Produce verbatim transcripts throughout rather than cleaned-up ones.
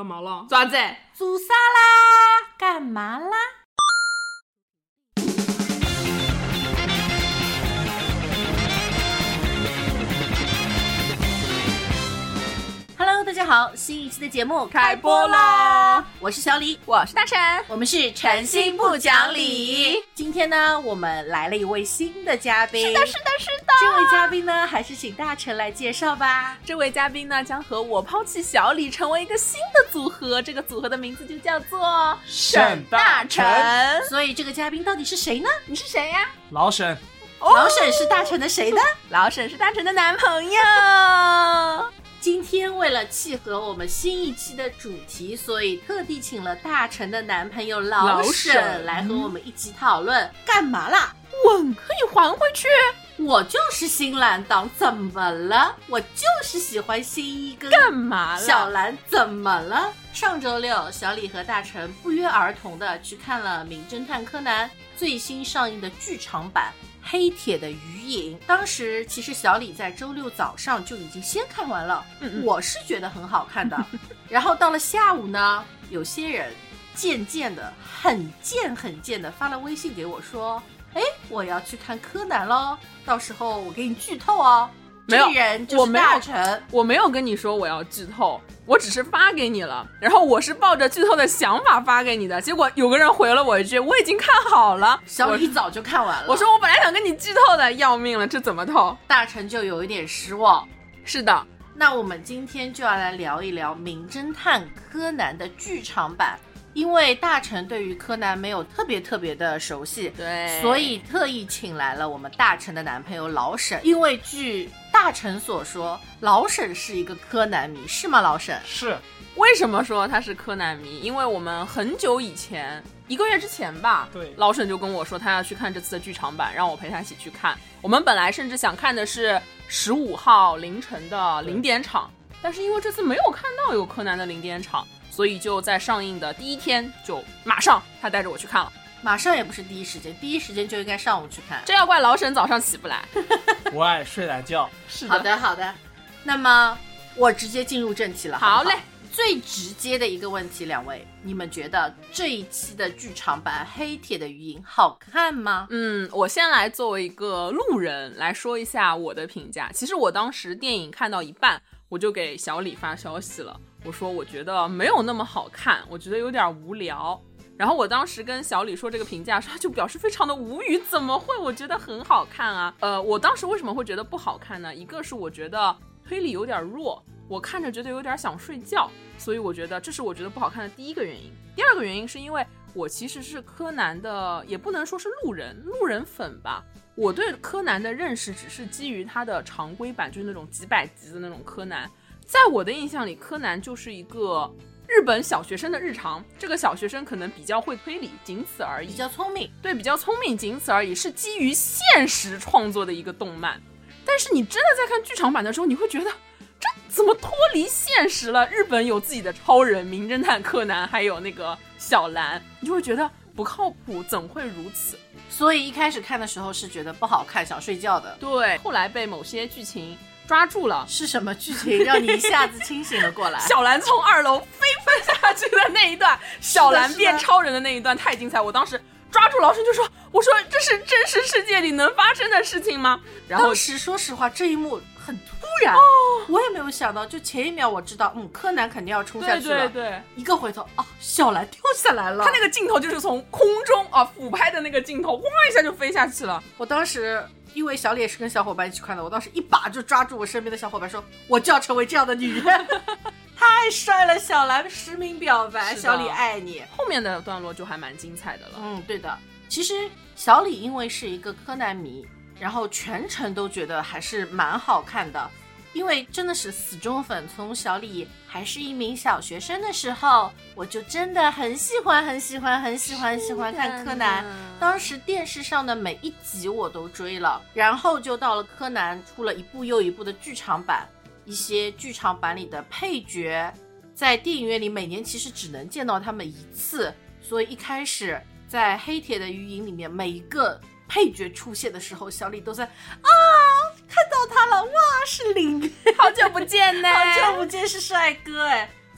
干嘛了？ 爪子， 做啥啦？干嘛啦？Hello， 大家好，新一期的节目开播啦！我是小李， 我是大陈， 我们是诚心不讲理。今天呢，我们来了一位新的嘉宾。 是的，是的，是的。 这位嘉宾呢，还是请大陈来介绍吧。 这位嘉宾呢，将和我抛弃小李成为一个新的组合，这个组合的名字就叫做沈大陈。 所以这个嘉宾到底是谁呢？ 你是谁呀？ 老沈。 老沈是大陈的谁呢？ 老沈是大陈的男朋友。 今天为了契合我们新一期的主题，所以特地请了大陈的男朋友老沈来和我们一起讨论、嗯、干嘛啦？ 吻可以还回去？ 我就是新蓝党，怎么了？我就是喜欢新一跟干嘛了？ 小蓝怎么了？上周六，小李和大陈不约而同的去看了《名侦探柯南》最新上映的剧场版黑铁的余影。当时其实小李在周六早上就已经先看完了，嗯嗯，我是觉得很好看的。然后到了下午呢，有些人渐渐的很贱很贱的发了微信给我说，哎，我要去看柯南咯，到时候我给你剧透哦。 没有， 这人就是大陈。 我没有跟你说我要剧透，我只是发给你了，然后我是抱着剧透的想法发给你的，结果有个人回了我一句，我已经看好了。 小李早就看完了。 我说我本来想跟你剧透的，要命了，这怎么透？ 大陈就有一点失望。 是的， 那我们今天就要来聊一聊《名侦探柯南》的剧场版。因为大陈对于柯南没有特别特别的熟悉， 对， 所以特意请来了我们大陈的男朋友老沈。因为据大陈所说，老沈是一个柯南迷，是吗？老沈是。 为什么说他是柯南迷？因为我们很久以前，一个月之前吧， 对， 老沈就跟我说他要去看这次的剧场版，让我陪他一起去看。我们本来甚至想看的是十五号凌晨的零点场，但是因为这次没有看到有柯南的零点场，所以就在上映的第一天就马上他带着我去看了。 马上也不是第一时间，第一时间就应该上午去看。 这要怪老沈早上起不来。 我爱睡懒觉。 是的。 好的好的，那么我直接进入正题了。好不好？ 好嘞。 最直接的一个问题，两位，你们觉得这一期的剧场版黑铁的余影好看吗？ 嗯，我先来作为一个路人来说一下我的评价。其实我当时电影看到一半，我就给小李发消息了，我说我觉得没有那么好看，我觉得有点无聊。然后我当时跟小李说这个评价，他就表示非常的无语，怎么会？我觉得很好看啊。呃，我当时为什么会觉得不好看呢？一个是我觉得推理有点弱，我看着觉得有点想睡觉，所以我觉得这是我觉得不好看的第一个原因。第二个原因是因为我其实是柯南的，也不能说是路人路人粉吧，我对柯南的认识只是基于他的常规版，就是那种几百集的那种柯南。在我的印象里，柯南就是一个日本小学生的日常，这个小学生可能比较会推理，仅此而已， 比较聪明。 对，比较聪明，仅此而已，是基于现实创作的一个动漫。但是你真的在看剧场版的时候，你会觉得这怎么脱离现实了？日本有自己的超人、名侦探柯南，还有那个小兰，你就会觉得不靠谱，怎会如此？ 所以一开始看的时候是觉得不好看，想睡觉的。 对，后来被某些剧情抓住了。 是什么剧情让你一下子清醒了过来？ 小兰从二楼飞奔下去的那一段，小兰变超人的那一段太精彩，我当时抓住老师就说，我说这是真实世界里能发生的事情吗？然后当时说实话这一幕很突然、哦、我也没有想到，就前一秒我知道嗯，柯南肯定要冲下去了， 对对对， 一个回头啊，小兰掉下来了。 他那个镜头就是从空中啊俯拍的那个镜头，哗一下就飞下去了。 我当时因为小李也是跟小伙伴一起看的，我当时一把就抓住我身边的小伙伴说，我就要成为这样的女人。太帅了，小兰实名表白，小李爱你。 后面的段落就还蛮精彩的了。 嗯，对的。其实小李因为是一个柯南迷，然后全程都觉得还是蛮好看的，因为真的是死忠粉。从小李还是一名小学生的时候，我就真的很喜欢很喜欢很喜欢喜欢看柯南，当时电视上的每一集我都追了。然后就到了柯南出了一部又一部的剧场版，一些剧场版里的配角在电影院里每年其实只能见到他们一次，所以一开始在黑铁的余影里面，每一个配角出现的时候，小李都在啊，看到他了，哇，是林， 好久不见呢， 好久不见，是帅哥哎。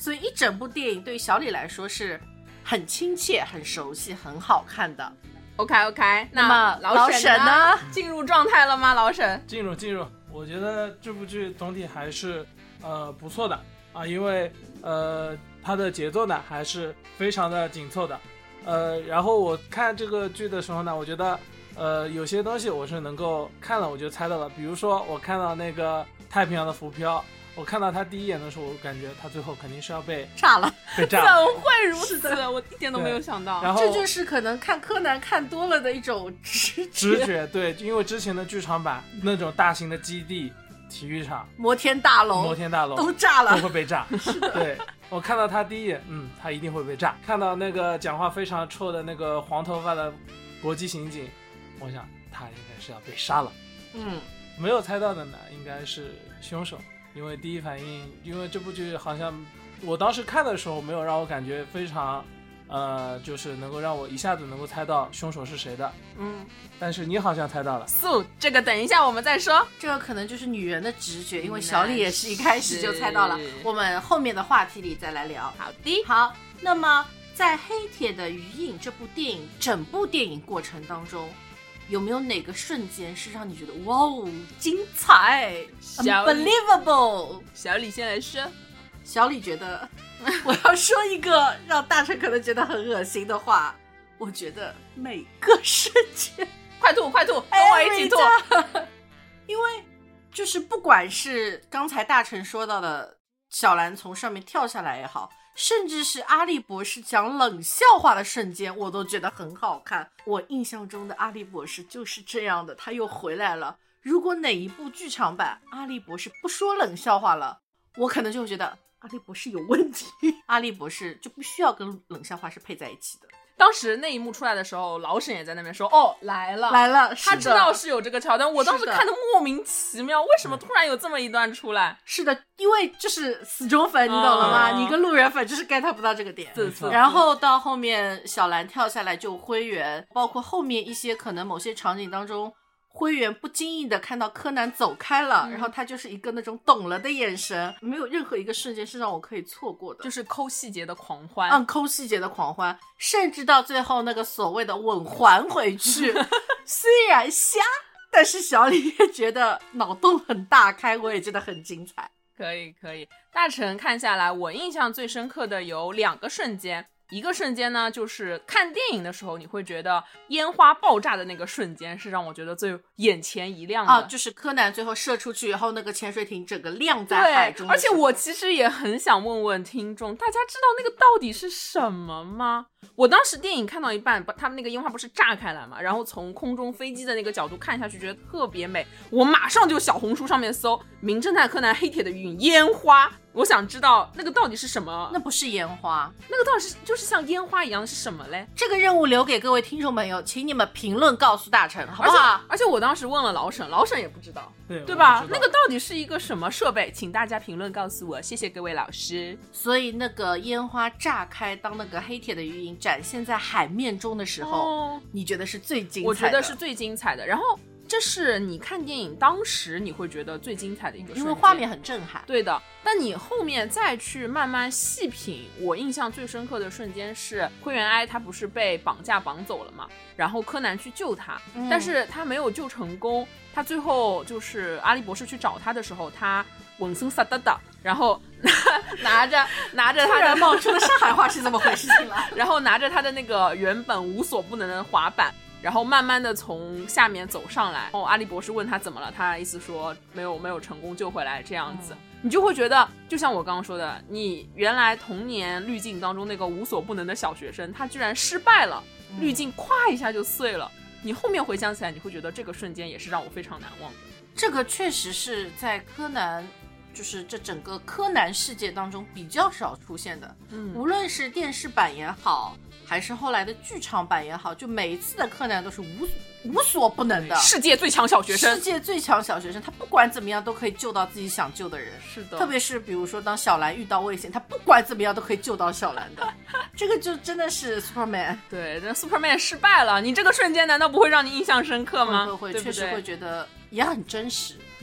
所以一整部电影对于小李来说是很亲切、很熟悉、很好看的。 OK OK， 那么老沈呢？进入状态了吗？老沈进入进入，我觉得这部剧总体还是呃不错的啊，因为呃它的节奏呢还是非常的紧凑的，呃，然后我看这个剧的时候呢，我觉得呃有些东西我是能够看了我就猜到了，比如说我看到那个太平洋的浮漂。我看到他第一眼的时候，我感觉他最后肯定是要被炸了， 被炸了。 怎会如此？我一点都没有想到。 然后这就是可能看柯南看多了的一种直觉。 直觉对，因为之前的剧场版那种大型的基地、体育场、 摩天大楼、 摩天大楼都炸了， 都会被炸。 是的， 对，我看到他第一眼，嗯，他一定会被炸。看到那个讲话非常臭的那个黄头发的国际刑警，我想他应该是要被杀了。 嗯， 没有猜到的呢，应该是凶手。因为第一反应，因为这部剧好像我当时看的时候没有让我感觉非常呃，就是能够让我一下子能够猜到凶手是谁的。 嗯， 但是你好像猜到了。 素，这个等一下我们再说。 这个可能就是女人的直觉，因为小李也是一开始就猜到了。我们后面的话题里再来聊。 好的， 好。那么在《黑铁的余影》这部电影整部电影过程当中，有没有哪个瞬间是让你觉得哇哦精彩 ，unbelievable？ 小李先来说。 小李觉得，我要说一个让大成可能觉得很恶心的话，我觉得每个瞬间， 快吐快吐，跟我一起吐。 因为就是不管是刚才大成说到的小兰从上面跳下来也好，甚至是阿笠博士讲冷笑话的瞬间，我都觉得很好看。我印象中的阿笠博士就是这样的，他又回来了。如果哪一部剧场版阿笠博士不说冷笑话了，我可能就会觉得阿笠博士有问题。阿笠博士就不需要跟冷笑话是配在一起的。 当时那一幕出来的时候，老沈也在那边说：“哦，来了， 来了。” 他知道是有这个桥段，我当时看的莫名其妙，为什么突然有这么一段出来？ 是的，因为就是死忠粉，你懂了吗？哦、你跟路人粉就是 get 不到这个点。然后到后面小兰跳下来救灰原，包括后面一些可能某些场景当中，灰原不经意的看到柯南走开了、嗯、然后他就是一个那种懂了的眼神，没有任何一个瞬间是让我可以错过的， 就是抠细节的狂欢。 嗯，抠细节的狂欢，甚至到最后那个所谓的吻还回去虽然瞎，但是小李也觉得脑洞很大开，我也觉得很精彩。 可以可以，大成看下来我印象最深刻的有两个瞬间。一个瞬间呢，就是看电影的时候你会觉得烟花爆炸的那个瞬间是让我觉得最眼前一亮的啊， 就是柯南最后射出去以后那个潜水艇整个亮在海中。 对，而且我其实也很想问问听众，大家知道那个到底是什么吗？我当时电影看到一半，他们那个烟花不是炸开来嘛，然后从空中飞机的那个角度看下去觉得特别美，我马上就小红书上面搜名侦探柯南黑铁的余影烟花，我想知道那个到底是什么。 那不是烟花， 那个到底是就是像烟花一样的是什么嘞？ 这个任务留给各位听众朋友，请你们评论告诉大成好不好？ 而且, 而且我当时问了老沈，老沈也不知道， 对对吧？那个到底是一个什么设备？请大家评论告诉我，谢谢各位老师。 所以那个烟花炸开，当那个黑铁的余影展现在海面中的时候、哦、你觉得是最精彩的？ 我觉得是最精彩的。然后这是你看电影当时你会觉得最精彩的一个瞬间， 因为画面很震撼。 对的，但你后面再去慢慢细品，我印象最深刻的瞬间是灰原哀他不是被绑架绑走了嘛，然后柯南去救他、嗯、但是他没有救成功，他最后就是阿笠博士去找他的时候，他稳森萨达达，然后拿着拿着他的冒出的上海话是怎么回事情了然后拿着他的那个原本无所不能的滑板，然后慢慢的从下面走上来，然后阿笠博士问他怎么了，他意思说没有没有成功救回来这样子、嗯、你就会觉得就像我刚刚说的，你原来童年滤镜当中那个无所不能的小学生，他居然失败了、嗯、滤镜咵一下就碎了，你后面回想起来你会觉得这个瞬间也是让我非常难忘的。 这个确实是在柯南就是这整个柯南世界当中比较少出现的、嗯、无论是电视版也好还是后来的剧场版也好，就每一次的柯南都是无无所不能的世界最强小学生， 世界最强小学生，他不管怎么样都可以救到自己想救的人。 是的， 特别是比如说当小兰遇到危险，他不管怎么样都可以救到小兰的这个就真的是 Superman。 对，那 Superman 失败了，你这个瞬间难道不会让你印象深刻吗？ 会会会，确实会觉得也很真实。 对，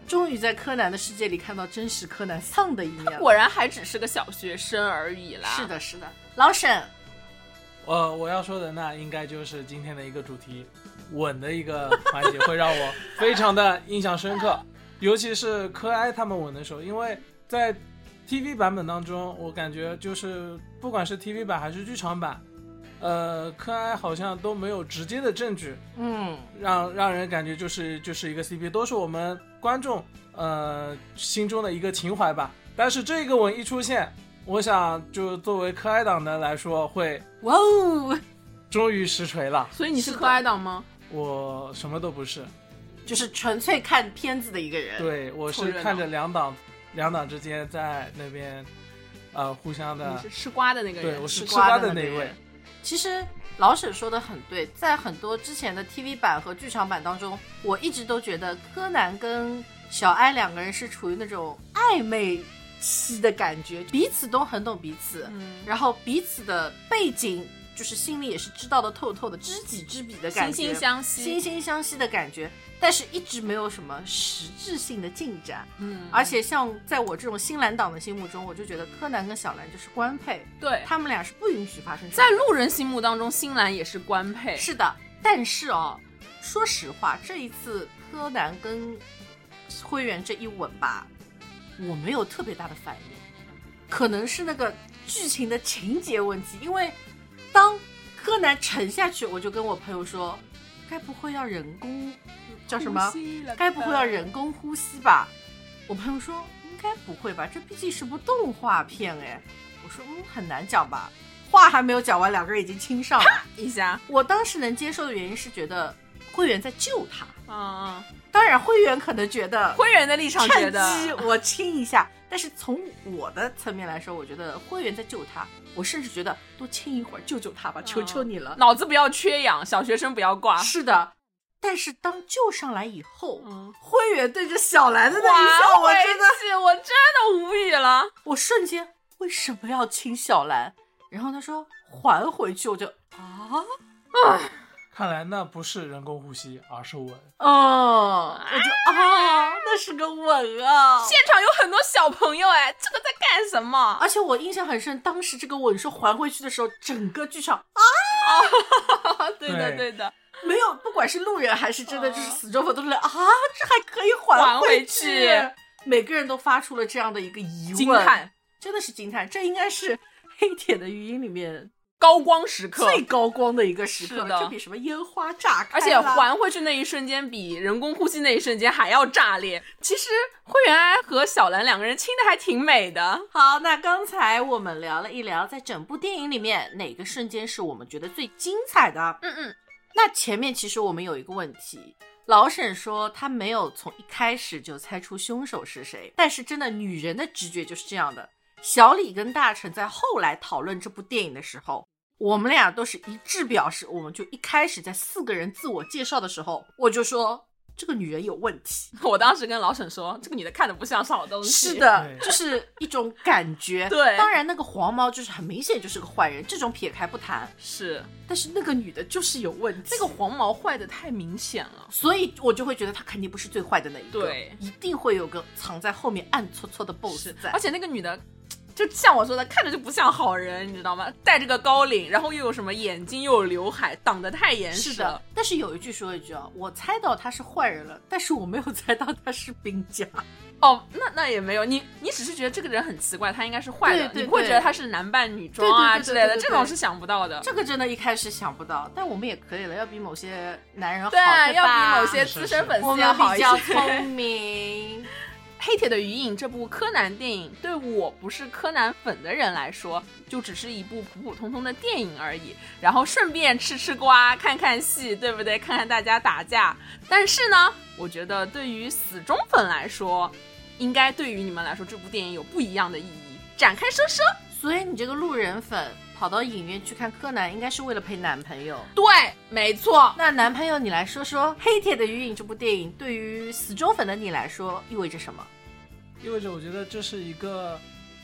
终于在柯南的世界里看到真实柯南丧的一面了。 果然还只是个小学生而已啦。 是的，是的。老沈， 我我要说的那应该就是今天的一个主题，吻的一个环节会让我非常的印象深刻，尤其是柯哀他们吻的时候，因为在 T V 版本当中，我感觉就是不管是 T V 版还是剧场版，呃，柯哀好像都没有直接的证据， 嗯， 让让人感觉就是就是一个 C P， 都是我们观众呃心中的一个情怀吧。但是这个吻一出现，我想就作为柯哀党的来说，会哇哦， 终于实锤了。 所以你是柯哀党吗？ 我什么都不是， 就是纯粹看片子的一个人。 对，我是看着两党两党之间在那边呃互相的。 你是吃瓜的那个人。 对，我是吃吃瓜的的那一位。 其实老沈说的很对，在很多之前的 T V 版和剧场版当中，我一直都觉得柯南跟小哀两个人是处于那种暧昧期的感觉，彼此都很懂彼此， 嗯， 然后彼此的背景就是心里也是知道的透透的，知己知彼的感觉， 惺惺相惜， 惺惺相惜的感觉，但是一直没有什么实质性的进展。 嗯， 而且像在我这种新蓝党的心目中，我就觉得柯南跟小兰就是官配， 对， 他们俩是不允许发生在路人心目当中，新兰也是官配。 是的，但是哦，说实话，这一次柯南跟灰原这一吻吧，我没有特别大的反应，可能是那个剧情的情节问题，因为当柯南沉下去，我就跟我朋友说，该不会要人工叫什么？该不会要人工呼吸吧？我朋友说应该不会吧，这毕竟是部动画片哎。我说嗯，很难讲吧。话还没有讲完，两个人已经亲上了一下。 我当时能接受的原因是觉得灰原在救他。 嗯嗯。 当然，灰原可能觉得灰原的立场觉得趁机我亲一下，但是从我的层面来说，我觉得灰原在救他，我甚至觉得多亲一会儿，救救他吧，求求你了， 脑子不要缺氧，小学生不要挂。 是的，但是当救上来以后， 嗯， 灰原对着小兰的那一笑，我真的， 我真的无语了， 我瞬间为什么要亲小兰？然后他说还回去，我就啊啊。 看来那不是人工呼吸，而是吻。 哦，我就啊，那是个吻啊！ 现场有很多小朋友，哎，这个在干什么？ 而且我印象很深，当时这个吻说还回去的时候，整个剧场啊， 对的对的， 没有，不管是路人还是真的就是死忠粉，都是啊，这还可以还还回去， 每个人都发出了这样的一个疑问， 惊叹， 真的是惊叹，这应该是黑铁的语音里面。 高光时刻， 最高光的一个时刻， 是的， 这比什么烟花炸开， 而且还回去那一瞬间比人工呼吸那一瞬间还要炸裂。其实灰原哀和小兰两个人亲的还挺美的。 好，那刚才我们聊了一聊，在整部电影里面哪个瞬间是我们觉得最精彩的？ 嗯嗯。 那前面其实我们有一个问题，老沈说他没有从一开始就猜出凶手是谁，但是真的女人的直觉就是这样的。小李跟大成在后来讨论这部电影的时候，我们俩都是一致表示，我们就一开始在四个人自我介绍的时候，我就说这个女人有问题。 我当时跟老沈说，这个女的看着不像是好东西。 是的，就是一种感觉。 对， 当然那个黄毛就是很明显就是个坏人，这种撇开不谈。 是， 但是那个女的就是有问题。 那个黄毛坏的太明显了， 所以我就会觉得她肯定不是最坏的那一个。 对， 一定会有个藏在后面暗搓搓的 boss 在。 而且那个女的。就像我说的，看着就不像好人，你知道吗？戴着个高领，然后又有什么眼睛又有刘海，挡得太严实了。 是的，但是有一句说一句啊，我猜到他是坏人了，但是我没有猜到他是兵家。 哦，那那也没有，你你只是觉得这个人很奇怪，他应该是坏的， 对对对， 你不会觉得他是男扮女装啊之类的，这种是想不到的。 这个真的一开始想不到，但我们也可以了，要比某些男人好， 对， 对要比某些资深粉丝要好一些。 我们比较聪明。 黑铁的鱼影这部柯南电影对我不是柯南粉的人来说就只是一部普普通通的电影而已，然后顺便吃吃瓜看看戏，对不对？看看大家打架。但是呢，我觉得对于死忠粉来说，应该对于你们来说这部电影有不一样的意义。展开说说。 所以你这个路人粉跑到影院去看柯南应该是为了陪男朋友。 对，没错。 那男朋友你来说说黑铁的鱼影这部电影对于死忠粉的你来说意味着什么？ 意味着我觉得这是一个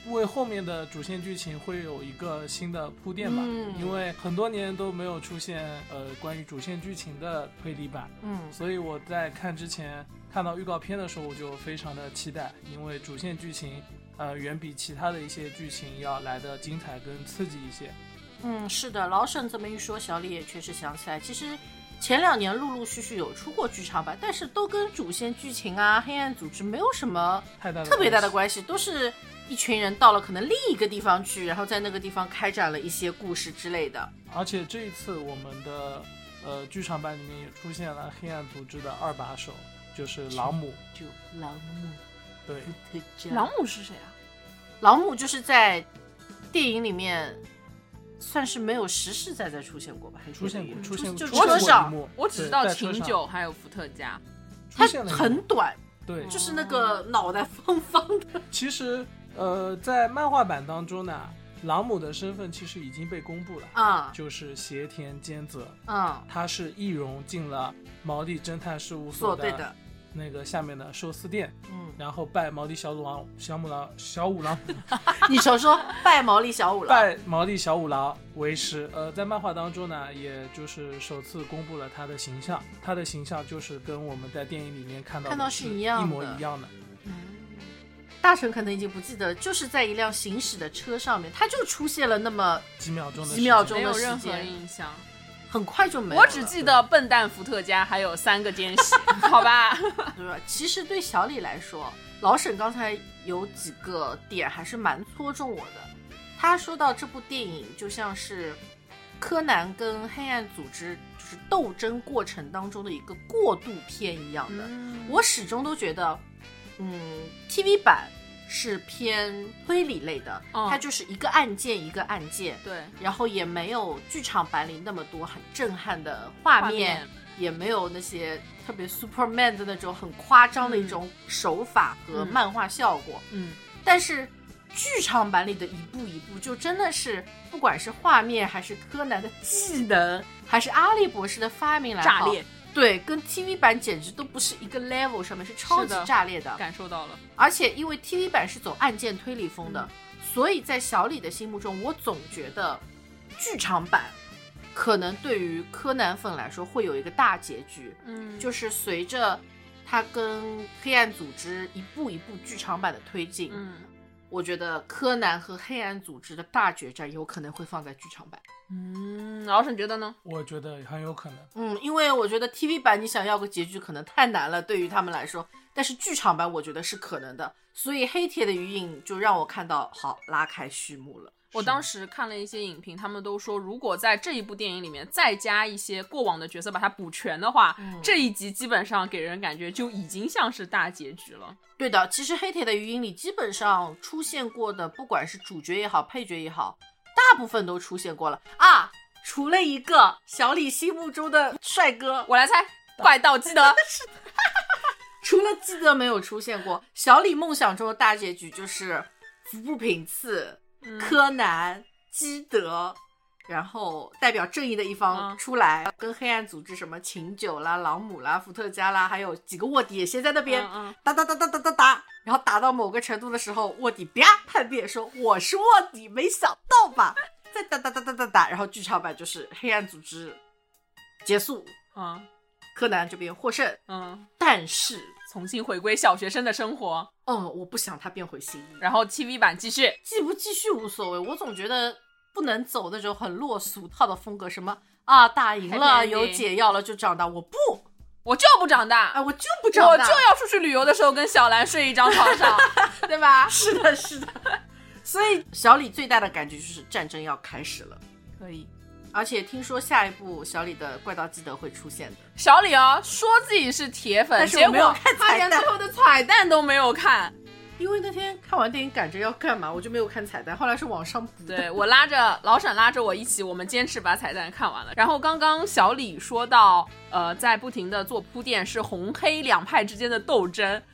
为后面的主线剧情会有一个新的铺垫吧、 嗯、 因为很多年都没有出现呃关于主线剧情的推理版， 嗯， 所以我在看之前看到预告片的时候我就非常的期待，因为主线剧情呃远比其他的一些剧情要来的精彩跟刺激一些。 嗯，是的，老沈这么一说，小李也确实想起来，其实前两年陆陆续续有出过剧场版，但是都跟主线剧情啊、黑暗组织没有什么太大的特别大的关系，都是一群人到了可能另一个地方去，然后在那个地方开展了一些故事之类的。 而且这一次我们的呃剧场版里面也出现了黑暗组织的二把手，就是朗姆。 就朗姆， 对， 朗姆是谁啊？ 朗姆就是在电影里面算是没有实实在在出现过吧？ 出现过，出现过， 就出现过车上一幕， 我只知道对秦九还有伏特加， 它出现了一幕很短， 对， 就是那个脑袋方方的。 其实呃在漫画版当中呢，朗姆的身份其实已经被公布了， 啊、 嗯，就是胁田兼泽， 嗯， 他是易容进了毛利侦探事务所所对的， 那个下面的寿司店， 嗯， 然后拜毛利小五郎小母狼小五郎你说说拜毛利小五郎， 拜毛利小五郎为师。呃，在漫画当中呢，也就是首次公布了他的形象，他的形象就是跟我们在电影里面看到的看到是一样的一模一样的。 大神可能已经不记得，就是在一辆行驶的车上面，他就出现了那么几秒钟的时间几秒钟的时没有任何间， 印象。 很快就没有了。 我只记得笨蛋伏特加还有三个奸细，好吧？ 对吧？其实对小李来说，老沈刚才有几个点还是蛮戳中我的。他说到这部电影就像是柯南跟黑暗组织就是斗争过程当中的一个过渡片一样的。 嗯、 我始终都觉得，嗯 ，T V 版是偏推理类的， 嗯、 它就是一个案件一个案件， 对， 然后也没有剧场版里那么多很震撼的画面， 画面也没有那些特别 Superman 的那种很夸张的一种手法和漫画效果。 嗯， 但是剧场版里的一步一步，就真的是不管是画面，还是柯南的技能，还是阿笠博士的发明来好炸裂。 对，跟 T V 版简直都不是一个 level 上面，是超级炸裂的， 的感受到了。 而且因为 T V 版是走案件推理风的， 嗯、 所以在小李的心目中，我总觉得剧场版可能对于柯南粉来说会有一个大结局， 嗯， 就是随着他跟黑暗组织一步一步剧场版的推进， 嗯， 我觉得柯南和黑暗组织的大决战有可能会放在剧场版。 嗯，老沈觉得呢？ 我觉得很有可能。 嗯，因为我觉得 T V 版你想要个结局可能太难了，对于他们来说，但是剧场版我觉得是可能的，所以黑铁的余影就让我看到好拉开序幕了。 我当时看了一些影评，他们都说如果在这一部电影里面再加一些过往的角色把它补全的话、嗯、这一集基本上给人感觉就已经像是大结局了。 对的，其实黑铁的余影里基本上出现过的不管是主角也好配角也好，大部分都出现过了啊，除了一个小李心目中的帅哥， 我来猜，怪盗基德除了基德没有出现过，小李梦想中的大结局就是服部平次、嗯、柯南、基德，然后代表正义的一方出来、嗯、跟黑暗组织什么秦九啦、朗姆啦、伏特加啦，还有几个卧底也先在那边、嗯嗯、打打打打打打打，然后打到某个程度的时候，卧底啪叛变说我是卧底，没想到吧，再打打打打打打，然后剧场版就是黑暗组织结束， 嗯， 柯南这边获胜， 嗯， 但是重新回归小学生的生活。 嗯，我不想他变回新一。 然后 T V 版继续， 继不继续无所谓，我总觉得不能走那种很落俗套的风格，什么啊打赢了有解药了就长大，我不， 我就不长大， 哎，我就不长大， 我就要出去旅游的时候跟小兰睡一张床上，对吧？ 是的，是的。所以小李最大的感觉就是战争要开始了， 可以。 而且听说下一部小李的怪盗基德会出现的。 小李啊，说自己是铁粉， 但是我没有看彩蛋， 他连最后的彩蛋都没有看。 因为那天看完电影赶着要干嘛，我就没有看彩蛋，后来是网上补的。 对，我拉着老沈拉着我一起，我们坚持把彩蛋看完了。然后刚刚小李说到，呃，在不停的做铺垫，是红黑两派之间的斗争。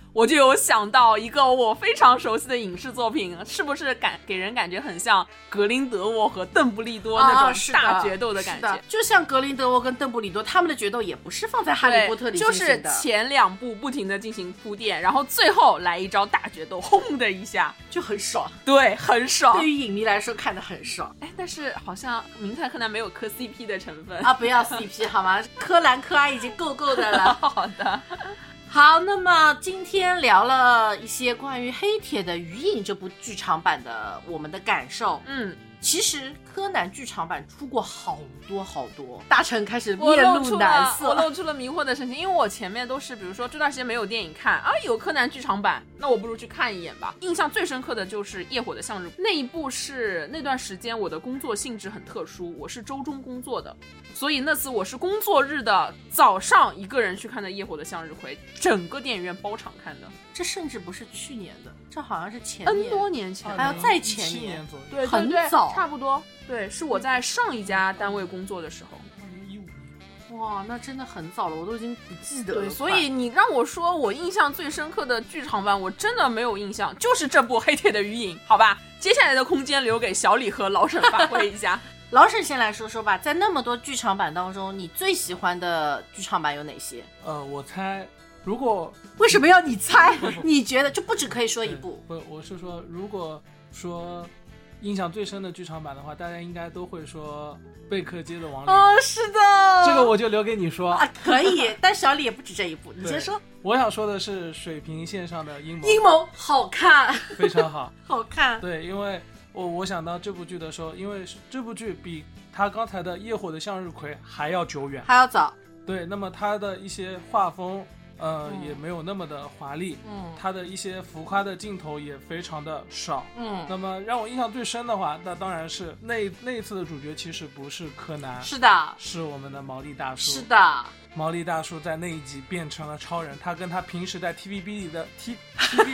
我就有想到一个我非常熟悉的影视作品，是不是感给人感觉很像格林德沃和邓布利多那种大决斗的感觉、 啊、就像格林德沃跟邓布利多他们的决斗也不是放在哈利波特里进行的， 就是前两部不停的进行铺垫，然后最后来一招大决斗，轰的一下就很爽， 对，很爽， 对于影迷来说看得很爽。 哎，但是好像名探柯南没有磕 C P 的成分啊，不要 C P 好吗？柯南柯爱已经够够的了好的， 好，那么今天聊了一些关于《黑铁的鱼影》这部剧场版的我们的感受。 嗯， 其实柯南剧场版出过好多好多，大成开始面露难色， 我露出了迷惑的神情，因为我前面都是比如说这段时间没有电影看啊，有柯南剧场版，那我不如去看一眼吧。印象最深刻的就是《夜火的向日葵》那一部，是那段时间我的工作性质很特殊，我是周中工作的，所以那次我是工作日的早上一个人去看的《夜火的向日葵》，整个电影院包场看的。 这甚至不是去年的，这好像是前年 N 多年前， 还要再前年，年左右， 对， 很早， 差不多。对，是我在上一家单位工作的时候。 二零一五年， 哇，那真的很早了，我都已经不记得了。 对，所以你让我说我印象最深刻的剧场版，我真的没有印象，就是这部《黑铁的鱼影》，好吧？接下来的空间留给小李和老沈发挥一下。 老沈先来说说吧，在那么多剧场版当中，你最喜欢的剧场版有哪些？ 呃，我猜。如果为什么要你猜？你觉得就不只可以说一部？ 不，我是说，如果说印象最深的剧场版的话，大家应该都会说贝克街的亡灵。 哦，是的， 这个我就留给你说啊，可以。但小李也不止这一部，你先说。 我想说的是水平线上的阴谋。 阴谋好看， 非常好， 好看。 对，因为我我想到这部剧的时候，因为这部剧比他刚才的《夜火的向日葵》还要久远， 还要早。 对，那么他的一些画风。呃、嗯，也没有那么的华丽， 嗯， 它的一些浮夸的镜头也非常的少， 嗯， 那么让我印象最深的话，那当然是那那一次的主角其实不是柯南， 是的， 是我们的毛利大叔， 是的， 毛利大叔在那一集变成了超人，他跟他平时在 T V B 里的 T TV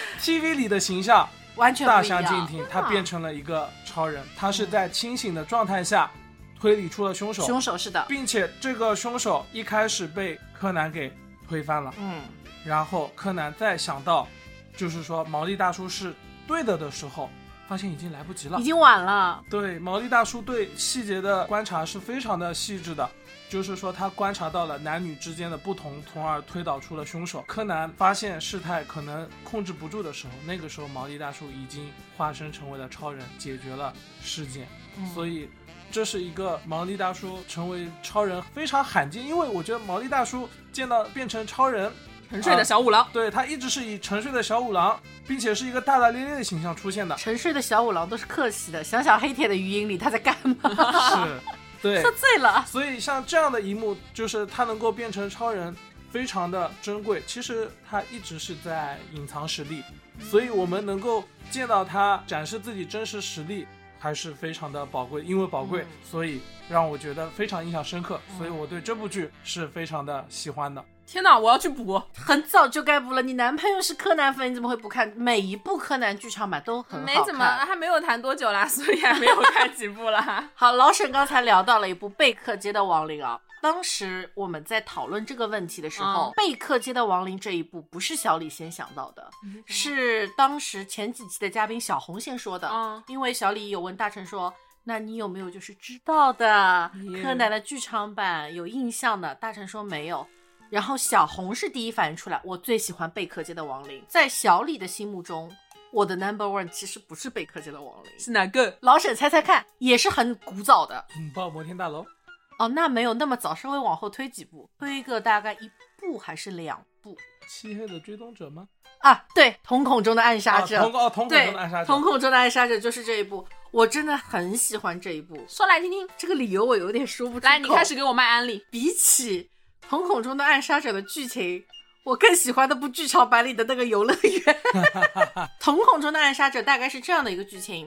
TV 里的形象完全大相径庭，他变成了一个超人，他是在清醒的状态下推理出了凶手， 凶手是的， 并且这个凶手一开始被柯南给推翻了， 嗯， 然后柯南再想到，就是说毛利大叔是对的的时候，发现已经来不及了， 已经晚了。 对，毛利大叔对细节的观察是非常的细致的，就是说他观察到了男女之间的不同，从而推导出了凶手。柯南发现事态可能控制不住的时候，那个时候毛利大叔已经化身成为了超人，解决了事件， 嗯、 所以。这是一个毛利大叔成为超人非常罕见，因为我觉得毛利大叔见到变成超人沉睡的小五郎、 呃、对，他一直是以沉睡的小五郎并且是一个大大咧咧的形象出现的。 沉睡的小五郎都是客气的，想想黑铁的余音里他在干嘛？ 是，对， 喝醉了。 所以像这样的一幕，就是他能够变成超人非常的珍贵，其实他一直是在隐藏实力，所以我们能够见到他展示自己真实实力还是非常的宝贵，因为宝贵、嗯、所以让我觉得非常印象深刻、嗯、所以我对这部剧是非常的喜欢的。 天哪，我要去补， 很早就该补了。你男朋友是柯南粉，你怎么会不看？每一部柯南剧场版都很好看。 没怎么，还没有谈多久啦，所以还没有看几部啦。 好，老沈刚才聊到了一部贝克街的亡灵啊。当时我们在讨论这个问题的时候、嗯、贝克街的亡灵这一部不是小李先想到的、嗯、是当时前几期的嘉宾小红先说的、 嗯、 因为小李有问大成说，那你有没有就是知道的柯南的剧场版有印象的？大成说没有，然后小红是第一反应出来，我最喜欢贝克街的亡灵。在小李的心目中，我的 number one 其实不是贝克街的亡灵， 是哪个？ 老沈猜猜看，也是很古早的引爆摩天大楼。 哦，那没有那么早，稍微往后推几步，推一个大概一部还是两部？ 漆黑的追踪者吗？ 啊，对，瞳孔中的暗杀者。 啊、瞳, 哦瞳孔中的暗杀者。 瞳孔中的暗杀者就是这一部，我真的很喜欢这一部。 说来听听， 这个理由我有点说不出口。 来，你开始给我卖安利。 比起瞳孔中的暗杀者的剧情，我更喜欢那部剧场版里的那个游乐园。瞳孔中的暗杀者大概是这样的一个剧情。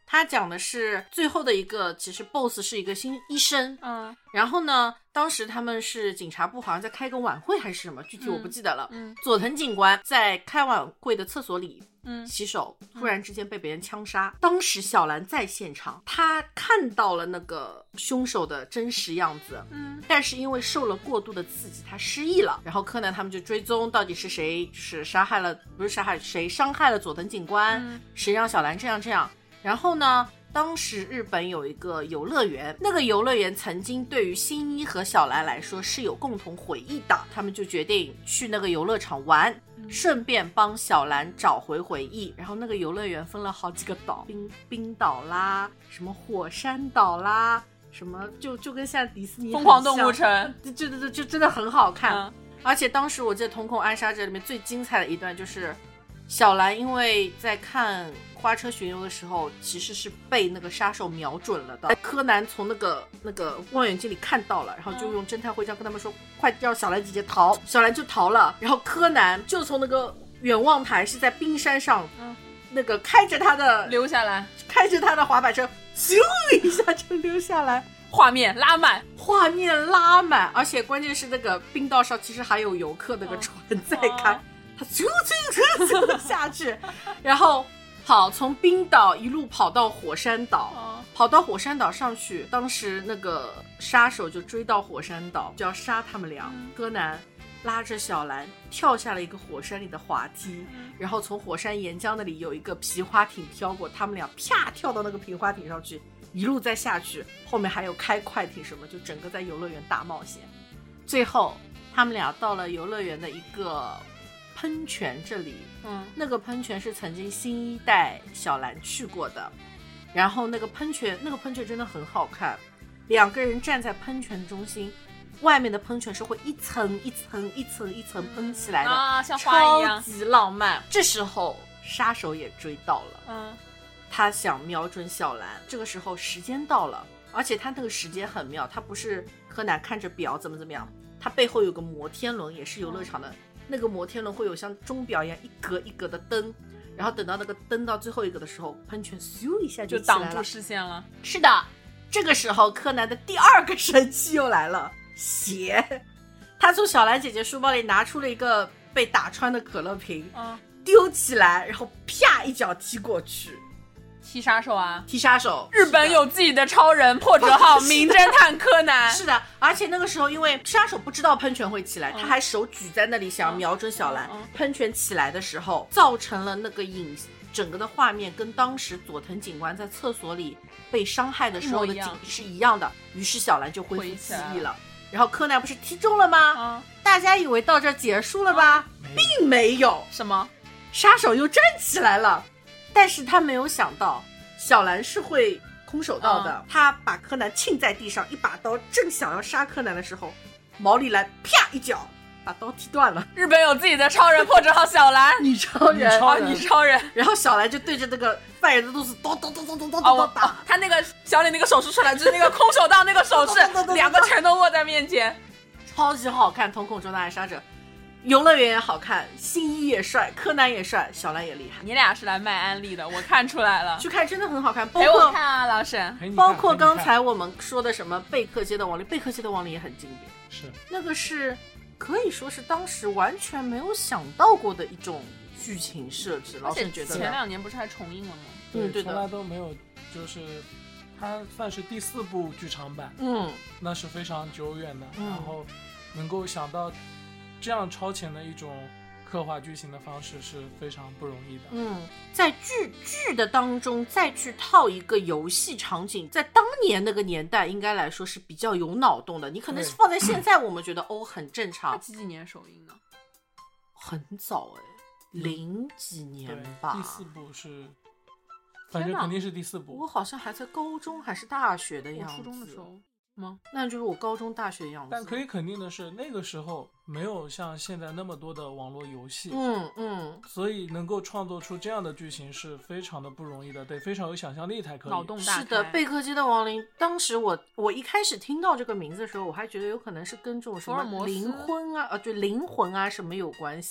他讲的是最后的一个，其实 boss 是一个新医生， 嗯， 然后呢，当时他们是警察部好像在开个晚会还是什么，具体我不记得了。 嗯， 佐藤警官在开晚会的厕所里， 嗯， 洗手，突然之间被别人枪杀。嗯、当时小兰在现场，她看到了那个凶手的真实样子， 嗯， 但是因为受了过度的刺激，她失忆了。然后柯南他们就追踪到底是谁，就是杀害了，不是杀害谁伤害了佐藤警官， 嗯、 谁让小兰这样这样。然后呢？当时日本有一个游乐园，那个游乐园曾经对于新一和小兰来说是有共同回忆的，他们就决定去那个游乐场玩，嗯、顺便帮小兰找回回忆。然后那个游乐园分了好几个岛，冰冰岛啦，什么火山岛啦，什么就就跟现在迪士尼疯狂动物城， 就就就就真的很好看。 嗯、 而且当时我记得《瞳孔暗杀者》里面最精彩的一段就是小兰因为在看花车巡游的时候其实是被那个杀手瞄准了的，柯南从那个那个望远镜里看到了，然后就用侦探徽章跟他们说、嗯、快让小兰姐姐逃，小兰就逃了，然后柯南就从那个远望台是在冰山上、嗯、那个开着他的溜下来， 开着他的滑板车咻一下就溜下来， 画面拉满， 画面拉满，而且关键是那个冰道上其实还有游客那个船在开、嗯、他咻咻咻咻下去然后好，从冰岛一路跑到火山岛、哦、跑到火山岛上去，当时那个杀手就追到火山岛就要杀他们俩、嗯、柯南拉着小兰跳下了一个火山里的滑梯、嗯、然后从火山岩浆那里有一个皮划艇飘过，他们俩啪跳到那个皮划艇上去，一路再下去，后面还有开快艇什么，就整个在游乐园大冒险。最后他们俩到了游乐园的一个喷泉这里，嗯，那个喷泉是曾经新一带小兰去过的，然后那个喷泉那个喷泉真的很好看，两个人站在喷泉中心，外面的喷泉是会一层一层一层一层喷起来的、 嗯、啊，像花一样， 超级浪漫。这时候杀手也追到了， 嗯， 他想瞄准小兰，这个时候时间到了，而且他那个时间很妙，他不是柯南看着表怎么怎么样，他背后有个摩天轮，也是游乐场的、嗯，那个摩天轮会有像钟表一样一格一格的灯，然后等到那个灯到最后一个的时候，喷泉咻一下就就挡住视线了。 是的，这个时候柯南的第二个神器又来了，鞋。他从小兰姐姐书包里拿出了一个被打穿的可乐瓶、嗯、丢起来，然后啪一脚踢过去。 踢杀手啊， 踢杀手。 日本有自己的超人，破折号名侦探柯南。 是的，而且那个时候因为杀手不知道喷泉会起来、嗯、他还手举在那里想要瞄准小兰、嗯嗯、喷泉起来的时候造成了那个影整个的画面跟当时佐藤警官在厕所里被伤害的时候的景是一样的，于是小兰就恢复记忆了。然后柯南不是踢中了吗、嗯、大家以为到这结束了吧、嗯、并没有。 什么？ 杀手又站起来了，但是他没有想到小兰是会空手道的、嗯、他把柯南浸在地上，一把刀正想要杀柯南的时候，毛利兰啪一脚把刀踢断了。 日本有自己的超人，破折号小兰女超人哦，女超人。 然后小兰就对着那个犯人的肚子咚咚咚咚咚咚咚打、 哦哦、他那个小李那个手势出来就是那个空手道那个手势两个全都握在面前， 超级好看。瞳孔中的暗杀者，游乐园也好看，新一也帅，柯南也帅，小兰也厉害。 你俩是来卖安利的，我看出来了。 去看真的很好看， 陪我看啊，老沈。 包括刚才我们说的什么贝克街的亡灵，贝克街的亡灵也很经典。 是， 那个是可以说是当时完全没有想到过的一种剧情设置。老沈觉得前两年不是还重映了吗？ 嗯，对的， 从来都没有，就是它算是第四部剧场版， 嗯， 那是非常久远的、嗯、然后能够想到这样超前的一种刻画剧情的方式是非常不容易的。 嗯，在剧剧的当中再去套一个游戏场景，在当年那个年代应该来说是比较有脑洞的，你可能放在现在我们觉得哦很正常。 几几年首映呢？ 很早哎，零几年吧。 第四部是反正肯定是第四部。 我好像还在高中还是大学的样子。 我初中的时候吗？ 那就是我高中大学的样子。 但可以肯定的是那个时候没有像现在那么多的网络游戏， 嗯嗯， 所以能够创作出这样的剧情是非常的不容易的，得非常有想象力才可以。 脑洞大开。 是的，贝克街的亡灵，当时我我一开始听到这个名字的时候，我还觉得有可能是跟这种什么灵魂啊，呃，就灵魂啊什么有关系。嗯，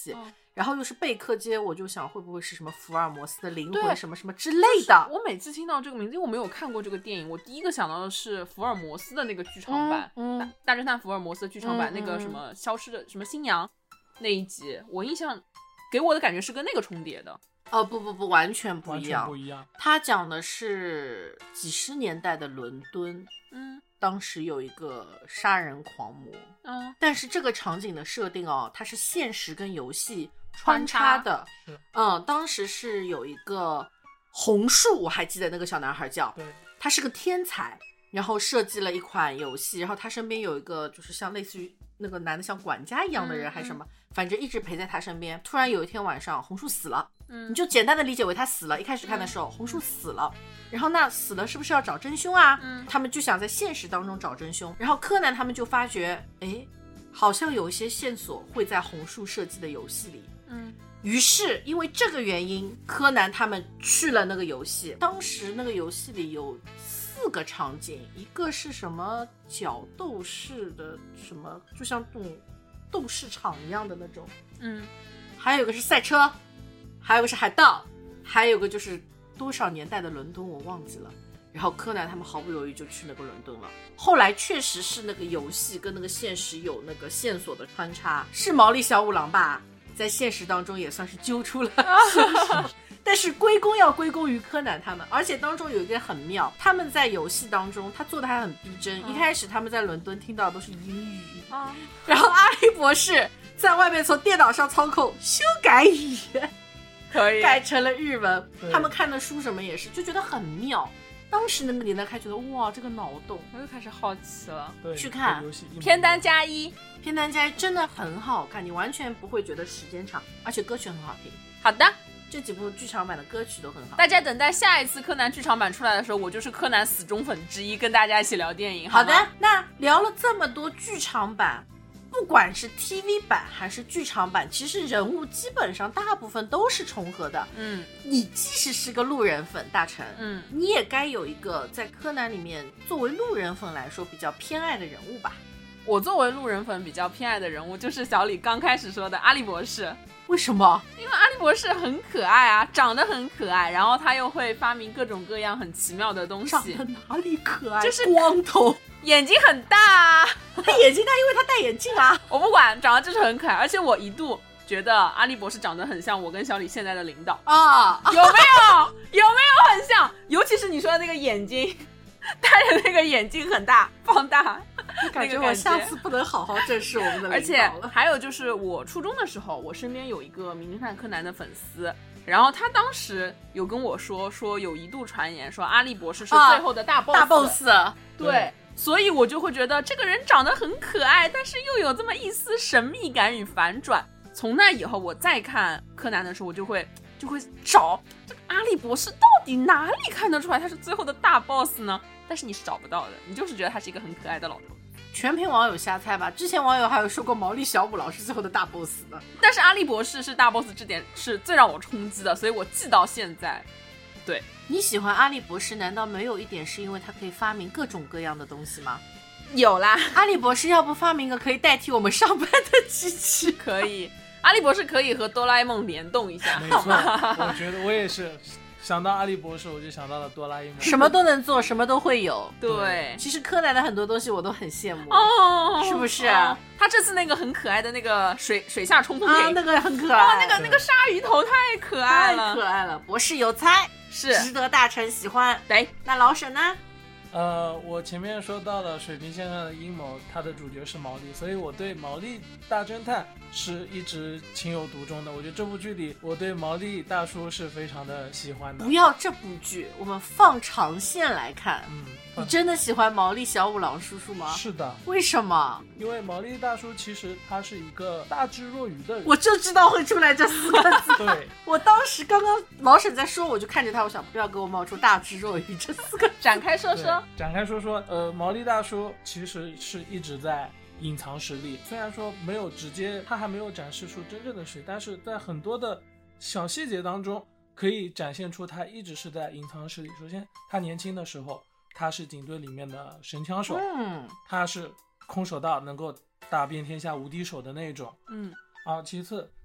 然后又是贝克街，我就想会不会是什么福尔摩斯的灵魂对什么什么之类的。 我每次听到这个名字，因为我没有看过这个电影，我第一个想到的是福尔摩斯的那个剧场版， 嗯嗯大大侦探福尔摩斯的剧场版、 嗯那个什么消失的什么新娘那一集，我印象给我的感觉是跟那个重叠的。 哦不不不，完全不完全一样， 不一样。 他讲的是几十年代的伦敦， 嗯当时有一个杀人狂魔， 嗯但是这个场景的设定哦，它是现实跟游戏穿插的。 是嗯，当时是有一个红树，我还记得那个小男孩叫， 对， 他是个天才，然后设计了一款游戏，然后他身边有一个就是像类似于那个男的像管家一样的人、 嗯还是什么，反正一直陪在他身边。突然有一天晚上，红树死了。 嗯， 你就简单的理解为他死了。一开始看的时候，红树死了，然后那死了是不是要找真凶啊？ 嗯他们就想在现实当中找真凶，然后柯南他们就发觉，哎，好像有一些线索会在红树设计的游戏里。 嗯于是因为这个原因，柯南他们去了那个游戏。当时那个游戏里有四个场景，一个是什么角斗士的什么，就像这种斗士场一样的那种， 嗯还有一个是赛车，还有一个是海盗，还有一个就是多少年代的伦敦我忘记了。然后柯南他们毫不犹豫就去那个伦敦了。后来确实是那个游戏跟那个现实有那个线索的穿插，是毛利小五郎吧，在现实当中也算是揪出了现实但是归功要归功于柯南他们，而且当中有一点很妙，他们在游戏当中他做的还很逼真、 嗯一开始他们在伦敦听到的都是英语， 啊， 然后阿笠博士在外面从电脑上操控修改语言， 可以改成了日文。 对他们看的书什么也是，就觉得很妙。当时那个年代看，觉得哇，这个脑洞。 我又开始好奇了。 对， 去看和游戏一模一样片单加一， 片单家真的很好看，你完全不会觉得时间长，而且歌曲很好听。 好的， 这几部剧场版的歌曲都很好。 大家等待下一次柯南剧场版出来的时候，我就是柯南死忠粉之一，跟大家一起聊电影。 好的吗， 那聊了这么多剧场版，不管是 T V 版还是剧场版，其实人物基本上大部分都是重合的。 嗯你即使是个路人粉，大成， 嗯， 你也该有一个在柯南里面作为路人粉来说比较偏爱的人物吧？ 我作为路人粉比较偏爱的人物就是小李刚开始说的阿笠博士， 为什么？ 因为阿笠博士很可爱啊，长得很可爱，然后他又会发明各种各样很奇妙的东西， 长得哪里可爱？ 就是光头， 眼睛很大啊， 他眼睛大，因为他戴眼镜啊。 我不管，长得就是很可爱，而且我一度觉得阿笠博士长得很像我跟小李现在的领导， 啊， 有没有？有没有很像？尤其是你说的那个眼睛，戴着那个眼镜很大，放大， 感觉我下次不能好好正视我们的而且领导了。 还有就是我初中的时候，我身边有一个名侦探柯南的粉丝，然后他当时有跟我说，说有一度传言说阿笠博士是啊最后的大 boss，、 大 boss， 对对， 所以我就会觉得这个人长得很可爱，但是又有这么一丝神秘感与反转。从那以后，我再看柯南的时候，我就会就会找这个阿笠博士到底哪里看得出来他是最后的大 boss 呢？但是你是找不到的，你就是觉得他是一个很可爱的老头。 全凭网友瞎猜吧。之前网友还有说过毛利小五郎是最后的大 boss 的。 但是阿笠博士是大 boss， 这点是最让我冲击的，所以我记到现在。对， 你喜欢阿笠博士，难道没有一点是因为他可以发明各种各样的东西吗？ 有啦， 阿笠博士要不发明个可以代替我们上班的机器？ 可以。阿笠博士可以和哆啦 A 梦联动一下， 没错，我觉得我也是想到阿笠博士，我就想到了哆啦 A 梦， 什么都能做，什么都会有。 对， 其实柯南的很多东西我都很羡慕。 哦， 是不是哦他这次那个很可爱的那个水水下冲锋啊， 艇， 那个很可哇， 爱， 那个那个鲨鱼头太可爱太了， 可爱了。博士有才，值是， 得大臣喜欢。 对， 那老沈呢？ 呃，我前面说到了水平线上的阴谋，它的主角是毛利，所以我对毛利大侦探是一直情有独钟的。我觉得这部剧里，我对毛利大叔是非常的喜欢的不。要这部剧，我们放长线来看。 嗯， 你真的喜欢毛利小五郎叔叔吗？ 是的， 为什么？ 因为毛利大叔其实他是一个大智若愚的人。 我就知道会出来这四个字。 对， 我当时刚刚老沈在说，我就看着他，我想不要给我冒出大智若愚这四个字。 展开说对说， 展开说说，呃，毛利大叔其实是一直在隐藏实力，虽然说没有直接，他还没有展示出真正的实力，但是在很多的小细节当中，可以展现出他一直是在隐藏实力。首先，他年轻的时候，他是警队里面的神枪手， 嗯， 他是空手道能够打遍天下无敌手的那种嗯啊。其次，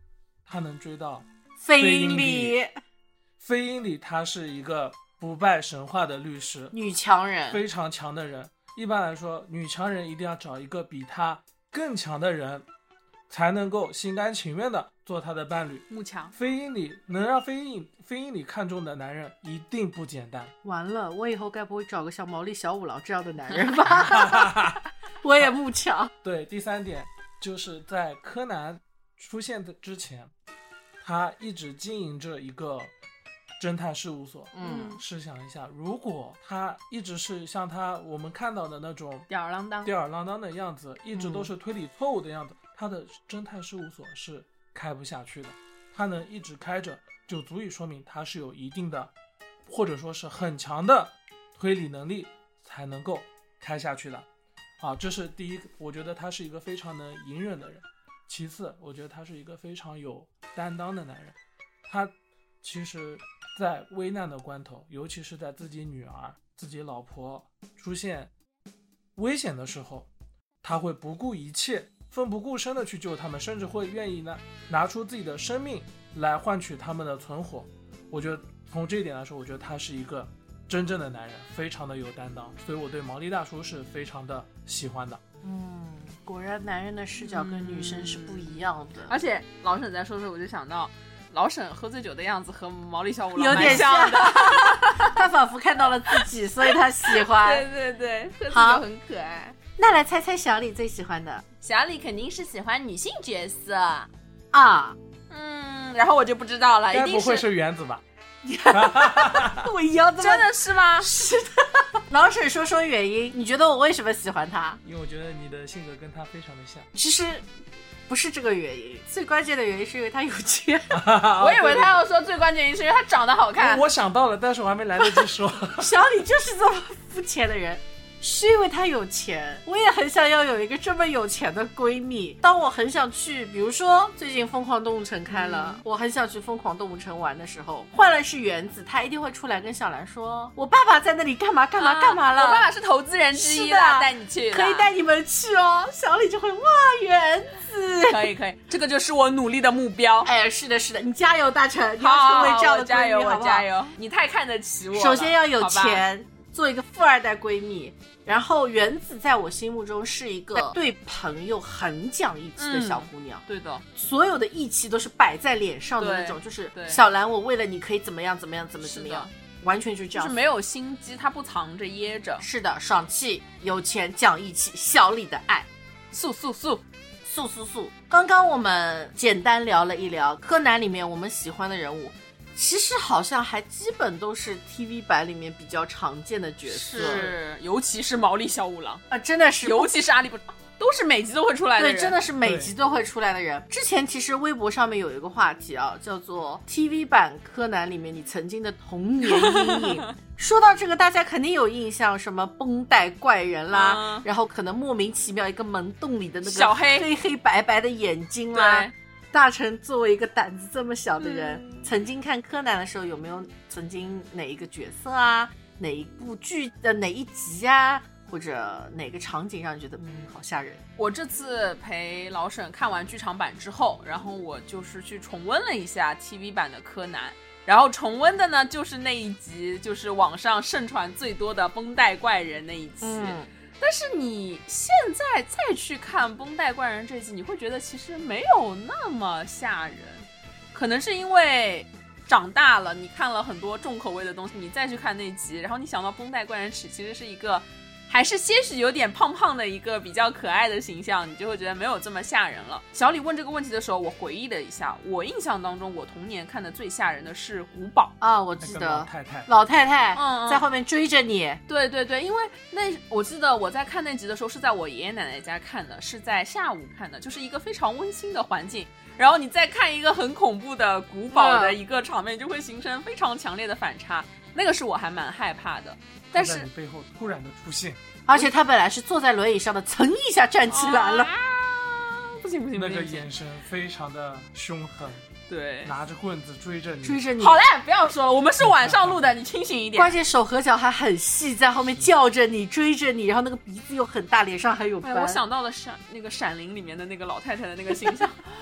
他能追到飞鹰鹰里， 飞鹰里他是一个不败神话的律师， 女强人， 非常强的人。一般来说，女强人一定要找一个比她更强的人，才能够心甘情愿的做她的伴侣。 慕强， 飞鹰里能让飞鹰飞鹰里看中的男人一定不简单。 完了，我以后该不会找个像毛利小五郎这样的男人吧？我也慕强。 对，第三点就是在柯南出现的之前，他一直经营着一个侦探事务所。 嗯， 试想一下，如果他一直是像他我们看到的那种吊儿郎当吊儿郎当的样子，一直都是推理错误的样子，他的侦探事务所是开不下去的。他能一直开着，就足以说明他是有一定的，或者说是很强的推理能力才能够开下去的。啊，这是第一个，我觉得他是一个非常能隐忍的人。其次，我觉得他是一个非常有担当的男人。他其实在危难的关头，尤其是在自己女儿、自己老婆出现危险的时候，他会不顾一切、奋不顾身的去救他们，甚至会愿意呢拿出自己的生命来换取他们的存活。我觉得从这一点来说，我觉得他是一个真正的男人，非常的有担当，所以我对毛利大叔是非常的喜欢的。 嗯，果然男人的视角跟女生是不一样的。 而且老沈在说的时候，我就想到老沈喝醉酒的样子和毛利小五郎有点蛮像的。 他仿佛看到了自己，所以他喜欢。 对对对，喝醉酒很可爱。 那来猜猜小李最喜欢的？ 小李肯定是喜欢女性角色啊。 嗯，然后我就不知道了，一定是该不会是原子吧？ 我一样， 真的是吗？ 是的。老沈说说原因，你觉得我为什么喜欢他？ 因为我觉得你的性格跟他非常的像。 其实不是这个原因，最关键的原因是因为他有钱。 我以为他要说最关键原因是因为他长得好看。 我想到了，但是我还没来得及说。 小李就是这么肤浅的人。是因为她有钱，我也很想要有一个这么有钱的闺蜜。当我很想去，比如说最近疯狂动物城开了、嗯、我很想去疯狂动物城玩的时候，换了是原子，她一定会出来跟小兰说，我爸爸在那里干嘛干嘛干嘛了、 啊、我爸爸是投资人之一啦，带你去， 可以带你们去哦。小李就会哇，原子可以可以，这个就是我努力的目标。 哎，是的是的，你加油大成，你要成为这样的闺蜜， 加油好不好？ 我加油，你太看得起我了。 首先要有钱，做一个富二代闺蜜。然后原子在我心目中是一个对朋友很讲义气的小姑娘、 嗯、对的， 所有的义气都是摆在脸上的那种，就是小兰我为了你可以怎么样怎么样怎么怎么样，完全就是这样， 就是没有心机，她不藏着掖着。 是的，爽气，有钱，讲义气，小李的爱， 素素素素素素。刚刚我们简单聊了一聊柯南里面我们喜欢的人物，其实好像还基本都是 T V 版里面比较常见的角色， 是，尤其是毛利小五郎啊，真的是， 尤其是阿里不都是每集都会出来的人， 对，真的是每集都会出来的人。之前其实微博上面有一个话题啊，叫做 T V 版柯南里面你曾经的童年阴影。说到这个，大家肯定有印象，什么绷带怪人啦、嗯，然后可能莫名其妙一个门洞里的那个小黑黑黑白白的眼睛啦。大成作为一个胆子这么小的人、嗯、曾经看柯南的时候有没有曾经哪一个角色啊，哪一部剧的哪一集啊，或者哪个场景让你觉得嗯好吓人？ 我这次陪老沈看完剧场版之后，然后我就是去重温了一下 T V 版的柯南，然后重温的呢就是那一集，就是网上盛传最多的绷带怪人那一集、嗯，但是你现在再去看绷带怪人这集，你会觉得其实没有那么吓人，可能是因为长大了，你看了很多重口味的东西，你再去看那集，然后你想到绷带怪人其实是一个还是些许有点胖胖的一个比较可爱的形象，你就会觉得没有这么吓人了。小李问这个问题的时候，我回忆了一下，我印象当中我童年看的最吓人的是古堡啊，我记得老太太老太太嗯在后面追着你， 对对对，因为那我记得我在看那集的时候是在我爷爷奶奶家看的，是在下午看的，就是一个非常温馨的环境，然后你再看一个很恐怖的古堡的一个场面，就会形成非常强烈的反差，那个是我还蛮害怕的。但是在你背后突然的出现， 而且他本来是坐在轮椅上的，噌一下站起来了、啊、 不行不行， 那个眼神非常的凶狠， 对， 拿着棍子追着你追着你。 好嘞，不要说了，我们是晚上录的，你清醒一点。 关键手和脚还很细，在后面叫着你追着你，然后那个鼻子又很大，脸上还有斑、 哎、我想到了闪那个闪灵里面的那个老太太的那个形象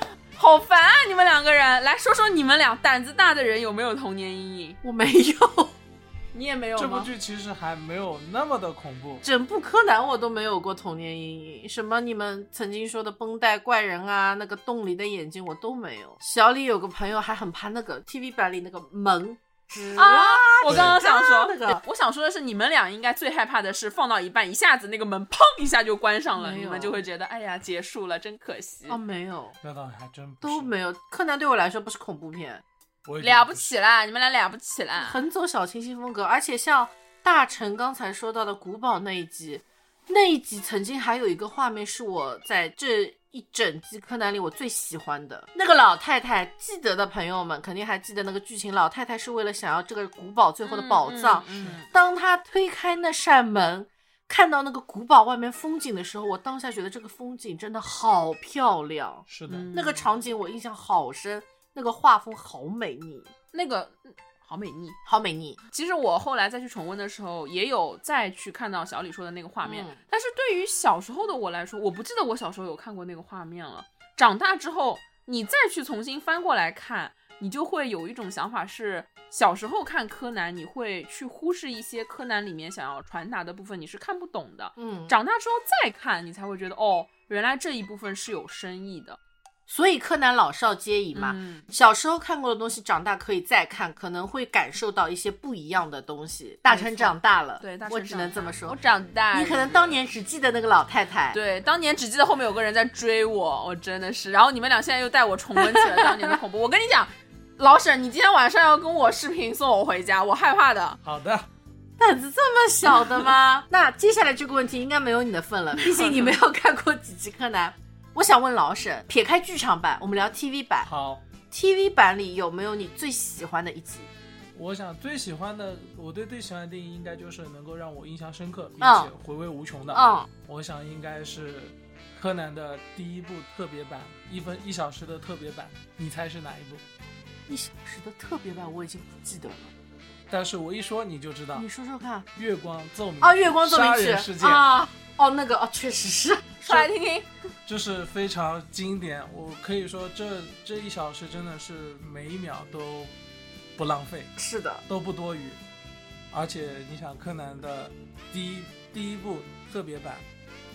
好烦啊！你们两个人来说说你们俩胆子大的人有没有童年阴影？ 我没有， 你也没有吗？ 这部剧其实还没有那么的恐怖。 整部柯南我都没有过童年阴影，什么你们曾经说的绷带怪人啊，那个洞里的眼睛我都没有。小李有个朋友还很怕那个 T V 版里那个门啊！我刚刚想说那个， 我想说的是，你们俩应该最害怕的是放到一半，一下子那个门砰一下就关上了，你们就会觉得哎呀结束了，真可惜。 哦，没有， 那倒还真不是都没有。柯南对我来说不是恐怖片， 了不起啦，你们俩了不起啦， 很走小清新风格。而且像大成刚才说到的古堡那一集，那一集曾经还有一个画面是我在这一整季柯南里我最喜欢的。那个老太太，记得的朋友们肯定还记得那个剧情，老太太是为了想要这个古堡最后的宝藏， 嗯嗯嗯、 当她推开那扇门看到那个古堡外面风景的时候，我当下觉得这个风景真的好漂亮。 是的、 嗯、那个场景我印象好深，那个画风好美丽， 那个好美丽， 好美丽。 其实我后来再去重温的时候，也有再去看到小李说的那个画面、 嗯、 但是对于小时候的我来说，我不记得我小时候有看过那个画面了。长大之后你再去重新翻过来看，你就会有一种想法是，小时候看柯南你会去忽视一些柯南里面想要传达的部分，你是看不懂的。 嗯， 长大之后再看，你才会觉得哦，原来这一部分是有深意的。 所以柯南老少皆宜嘛、 嗯、 小时候看过的东西长大可以再看，可能会感受到一些不一样的东西。大成长大了， 对，大成长大， 我只能这么说， 我长大了。 你可能当年只记得那个老太太， 对，当年只记得后面有个人在追我，我真的是。然后你们俩现在又带我重温起了当年的恐怖。我跟你讲，老沈，你今天晚上要跟我视频送我回家，我害怕的。 好的。 胆子这么小的吗？那接下来这个问题应该没有你的份了，毕竟你没有看过几集柯南。我想问老沈，撇开剧场版，我们聊 T V 版。 好 ，T V 版里有没有你最喜欢的一集？ 我想最喜欢的，我对最喜欢的电影应该就是能够让我印象深刻并且回味无穷的。 嗯， 我想应该是柯南的第一部特别版，一分一小时的特别版。你猜是哪一部？ 一小时的特别版我已经不记得了， 但是我一说你就知道。 你说说看。 月光奏鸣啊，月光奏鸣曲杀人事件啊，哦，那个哦，确实是。 说来听听。 这是非常经典，我可以说这这一小时真的是每一秒都不浪费， 是的， 都不多余。而且你想，柯南的第一第一部特别版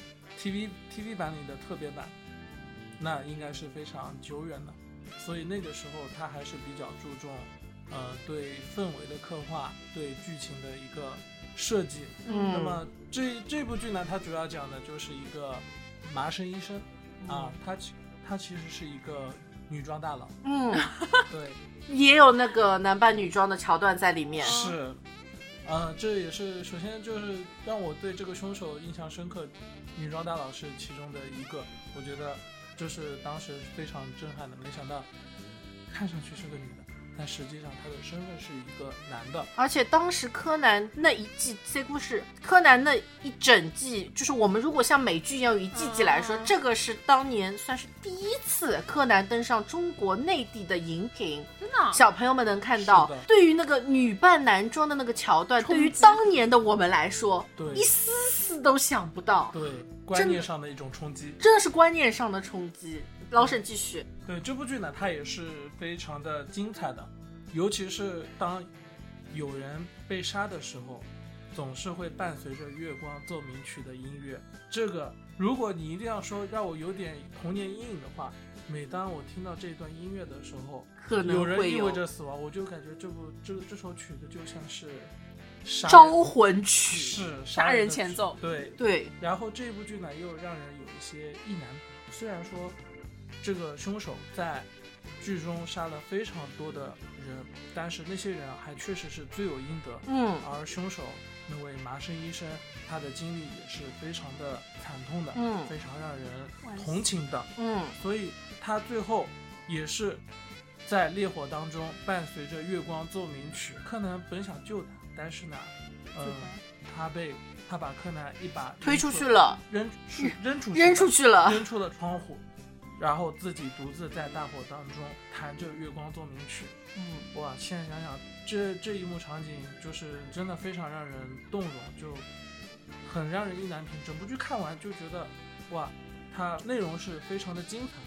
，TV TV 版里的特别版，那应该是非常久远的，所以那个时候他还是比较注重，呃，对氛围的刻画，对剧情的一个设计。 嗯， 那么这这部剧呢，它主要讲的就是一个麻生医生、嗯、啊，他他其实是一个女装大佬。 嗯， 对， 也有那个男扮女装的桥段在里面。 是，呃，这也是首先就是让我对这个凶手印象深刻，女装大佬是其中的一个，我觉得这是当时非常震撼的。没想到看上去是个女的，但实际上她的身份是一个男的。 而且当时柯南那一季 C 故事，柯南那一整季，就是我们如果像美剧一样有一季季来说、嗯、这个是当年算是第一次柯南登上中国内地的荧屏， 真的小朋友们能看到。对于那个女扮男装的那个桥段，对于当年的我们来说， 对， 一丝丝都想不到。 对，观念上的一种冲击， 真的是观念上的冲击。老沈继续。 对，这部剧呢，它也是非常的精彩的，尤其是当有人被杀的时候，总是会伴随着月光奏鸣曲的音乐。这个如果你一定要说让我有点童年阴影的话，每当我听到这段音乐的时候， 可能会有有人意味着死亡，我就感觉这部这这首曲子就像是杀招魂曲， 是杀人前奏。 对对。 然后这部剧呢，又让人有一些意难平。虽然说这个凶手在剧中杀了非常多的人，但是那些人还确实是罪有应得。 嗯， 而凶手那位麻生医生，他的经历也是非常的惨痛的， 嗯， 非常让人同情的， 嗯， 所以他最后也是在烈火当中伴随着月光奏鸣曲，柯南本想救他，但是呢，呃，他被他把柯南一把推出去了， 扔出扔出去扔出去了， 扔出了窗户。然后自己独自在大火当中弹着月光奏鸣曲。 嗯， 哇，现在想想这这一幕场景就是真的非常让人动容，就很让人意难平。整部剧看完就觉得哇，它内容是非常的精彩，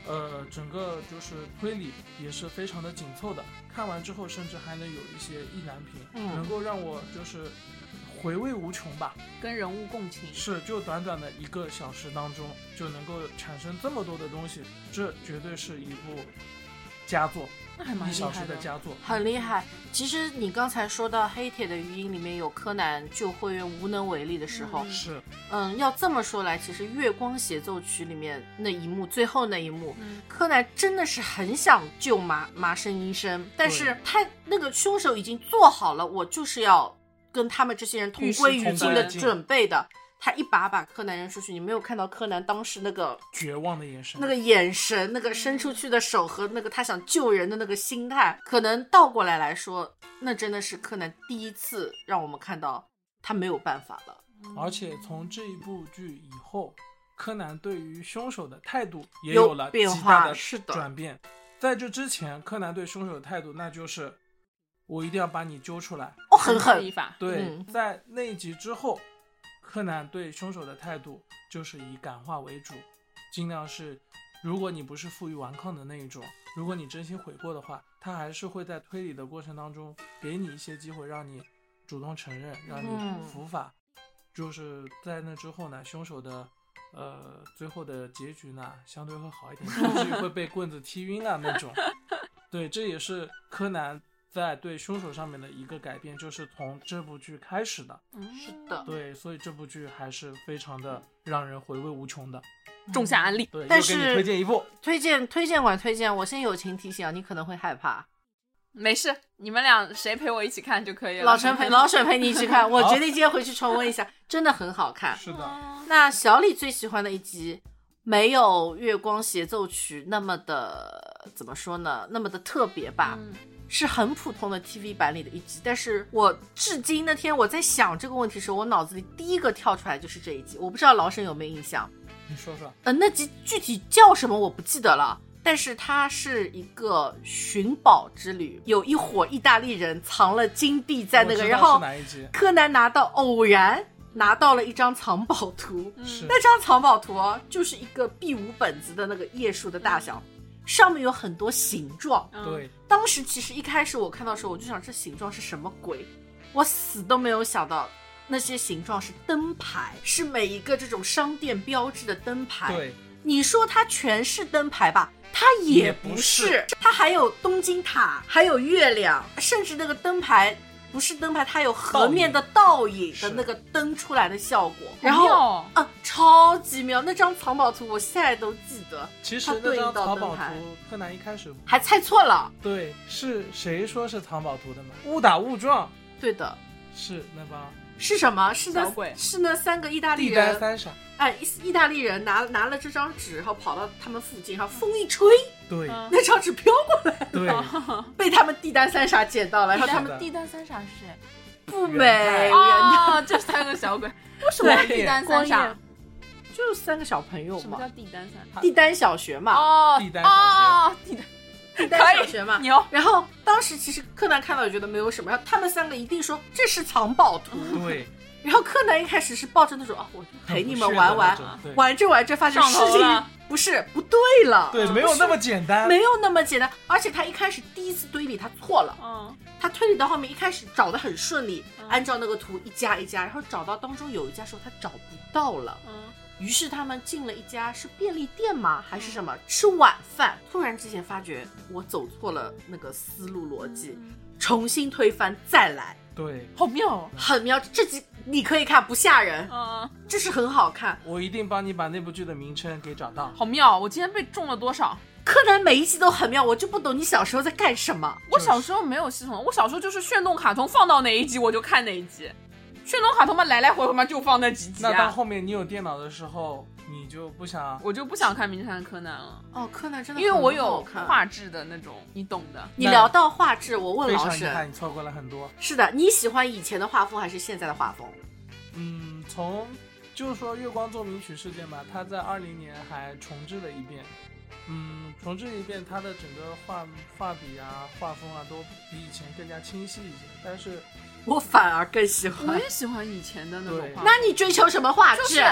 呃，整个就是推理也是非常的紧凑的，看完之后甚至还能有一些意难平， 嗯能够让我就是回味无穷吧。 跟人物共情， 是，就短短的一个小时当中就能够产生这么多的东西，这绝对是一部佳作， 那还蛮一小时厉害的的佳作。 很厉害。其实你刚才说到黑铁的余音里面有柯南救会员无能为力的时候， 嗯是， 嗯，要这么说来，其实月光协奏曲里面那一幕，最后那一幕， 嗯柯南真的是很想救麻麻生医生，但是他那个凶手已经做好了，我就是要跟他们这些人同归于尽的准备的。他一把把柯南扔出去，你没有看到柯南当时那个绝望的眼神， 那个眼神，那个伸出去的手和那个他想救人的那个心态，可能倒过来来说，那真的是柯南第一次让我们看到他没有办法了。 而且从这一部剧以后，柯南对于凶手的态度也有有了变极大的化是的转变。在这之前，柯南对凶手的态度那就是我一定要把你揪出来。 哦，很狠一。法， 对， 嗯在那一集之后，柯南对凶手的态度就是以感化为主，尽量是，如果你不是负隅顽抗的那一种，如果你真心悔过的话，他还是会在推理的过程当中给你一些机会，让你主动承认，让你嗯伏法。就是在那之后呢，凶手的呃最后的结局呢相对会好一点，不至于会被棍子踢晕啊那种。对，这也是柯南在对凶手上面的一个改变，就是从这部剧开始的。 是的， 对，所以这部剧还是非常的让人回味无穷的。 种下案例。 对， 但又给你是推荐一部。 推荐推荐管推荐，我先友情提醒啊，你可能会害怕。 没事，你们俩谁陪我一起看就可以了。 老陈陪老沈陪你一起看，我决定今天回去重温一下，真的很好看。 是的， 那小李最喜欢的一集，没有月光协奏曲那么的怎么说呢，那么的特别吧。 嗯是很普通的 T V 版里的一集，但是我至今那天我在想这个问题的时候，我脑子里第一个跳出来就是这一集，我不知道老沈有没有印象。 你说说。 呃，那集具体叫什么我不记得了，但是它是一个寻宝之旅，有一伙意大利人藏了金币在那个， 我知道然后是哪一集？ 柯南拿到偶然拿到了一张藏宝图， 是那张藏宝图哦，就是一个 B 五 本子的那个页数的大小，上面有很多形状。 嗯对， 当时其实一开始我看到的时候，我就想这形状是什么鬼，我死都没有想到那些形状是灯牌，是每一个这种商店标志的灯牌。 对， 你说它全是灯牌吧，它也不是， 也不是它还有东京塔，还有月亮，甚至那个灯牌不是灯牌，它有河面的倒影的那个灯出来的效果，然后后啊，超级妙！那张藏宝图我现在都记得， 其实它对应那张藏宝到灯牌图，柯南一开始还猜错了。 对是谁说是藏宝图的呢？误打误撞， 对的， 是那帮是什么？是那小鬼是那三个意大利地单人， 三傻。 哎，意意大利人拿拿了这张纸，然后跑到他们附近，然后风一吹， 对嗯那张纸飘过来， 对， 被他们地单三傻捡到了，然后他们是的地单三傻是谁？ 不美， 元哦，这三个小鬼。为什么对地单光三傻彦？就是三个小朋友什么叫嘛， 地单三傻？ 地单小学嘛， 哦， 地单小学哦，地单地单小学嘛。 牛。 然后当时其实柯南看到也觉得没有什么，然后他们三个一定说这是藏宝图。 对， 然后柯南一开始是抱着那种啊，我就陪你们玩玩， 对玩着玩着发现上头事情了不是不对了， 对，没有那么简单。 没有那么简单。而且他一开始第一次推理他错了， 嗯他推理到后面一开始找的很顺利， 嗯按照那个图一家一家，然后找到当中有一家时候他找不到了。 嗯于是他们进了一家是便利店吗？还是什么？吃晚饭。突然之间发觉我走错了那个思路逻辑，重新推翻再来， 对， 好妙哦。 很妙。这集你可以看，不吓人， 嗯， 这是很好看。 我一定帮你把那部剧的名称给找到。 好妙！我今天被中了多少？ 柯南每一集都很妙，我就不懂你小时候在干什么。 我小时候没有系统，我小时候就是炫动卡通放到哪一集我就看哪一集，炫动卡通嘛来来回回嘛就放那几集那到啊， 后面你有电脑的时候，你就不想。 我就不想看名侦探柯南了， 哦，柯南真的因为我有很好看。 画质的那种，你懂的。 你聊到画质，我问非老常遗憾， 沈， 你错过了很多。 是的，你喜欢以前的画风还是现在的画风？ 嗯，从就是说月光奏鸣曲事件吧，他在二零年还重置了一遍。嗯，重置一遍，它的整个画画笔啊、画风啊，都比以前更加清晰一些。但是， 我反而更喜我欢。 也喜欢以前的那种对画， 那你追求什么画质？ 就是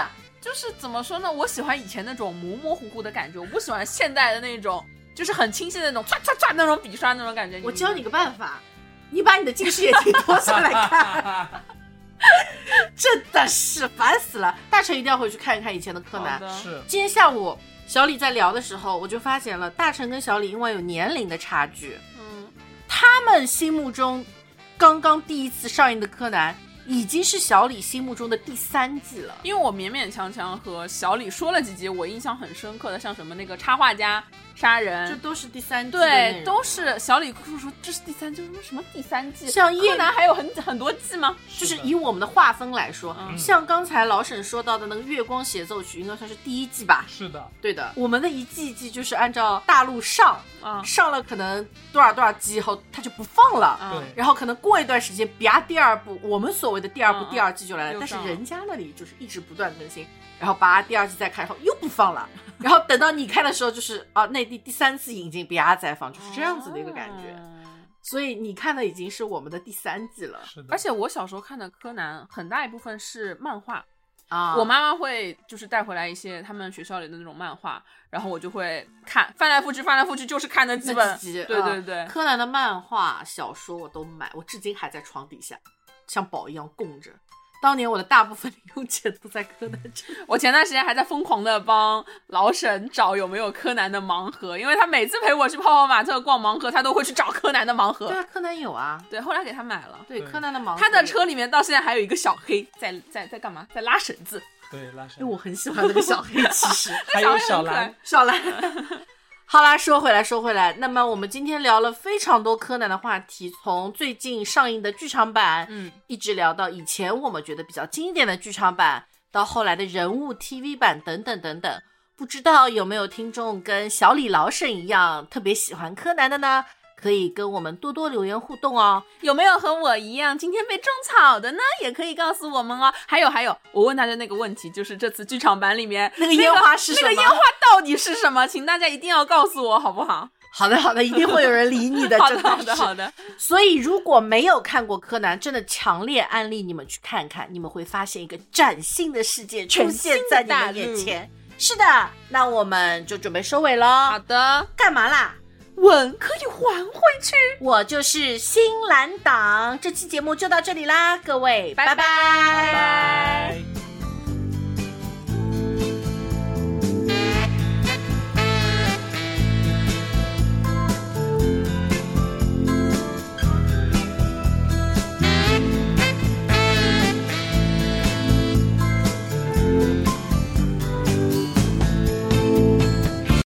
就是怎么说呢？我喜欢以前那种模模糊糊的感觉，我不喜欢现代的那种，就是很清晰的那种唰唰唰那种笔刷那种感觉。 我教你个办法，你把你的近视眼镜脱下来看。真的是烦死了！大成一定要回去看一看以前的柯南。 是。 今天下午小李在聊的时候，我就发现了大成跟小李因为有年龄的差距， 嗯， 他们心目中刚刚第一次上映的柯南已经是小李心目中的第三季了。 因为我勉勉强强和小李说了几集我印象很深刻的，像什么那个插画家杀人， 这都是第三季的内容。 对，都是小李叔说这是第三季，什么第三季？ 像叶柯南还有很很多季吗？ 就是以我们的划分来说， 嗯、 像刚才老沈说到的那个《月光协奏曲》，应该算是第一季吧？ 是的， 对的。我们的一季一季就是按照大陆上， 嗯、 上了可能多少多少季以后，它就不放了。 嗯、 对。 然后可能过一段时间，啪，第二部，我们所谓的第二部、 嗯、 第二季就来了，但是了人家那里就是一直不断更新，然后把第二季再看，然后又不放了。然后等到你看的时候，就是啊，内地第三次引进，啪再放，就是这样子的一个感觉。 嗯、 所以你看的已经是我们的第三季了。 是的。 而且我小时候看的柯南，很大一部分是漫画啊， 我妈妈会就是带回来一些他们学校里的那种漫画，然后我就会看，翻来覆去，翻来覆去，就是看那几本。 那几集对对对、 啊，柯南的漫画、小说我都买，我至今还在床底下，像宝一样供着。当年我的大部分零用钱都在柯南这。 我前段时间还在疯狂的帮老沈找有没有柯南的盲盒，因为他每次陪我去泡泡玛特逛盲盒，他都会去找柯南的盲盒。 对啊，柯南有啊。 对，后来给他买了。 对，柯南的盲盒。 他的车里面到现在还有一个小黑在在在干嘛？在拉绳子。 对，拉绳子。 因为我很喜欢那个小黑，其实还有小蓝， 小蓝。好啦，说回来说回来，那么我们今天聊了非常多柯南的话题，从最近上映的剧场版， 嗯， 一直聊到以前我们觉得比较经典的剧场版，到后来的人物 T V 版等等等等。不知道有没有听众跟小李老沈一样特别喜欢柯南的呢？可以跟我们多多留言互动哦。 有没有和我一样今天被种草的呢？也可以告诉我们哦。还有还有，我问大家那个问题，就是这次剧场版里面那个烟花是什么？ 那个烟花到底是什么？请大家一定要告诉我，好不好？ 好的好的，一定会有人理你的。 好的好的好的。 所以如果没有看过柯南，真的强烈安利你们去看看，你们会发现一个崭新的世界出现在你们眼前。是的，那我们就准备收尾咯。 好的。 干嘛啦？ 吻可以还回去。 我就是新蓝党，这期节目就到这里啦，各位，拜拜。 拜拜。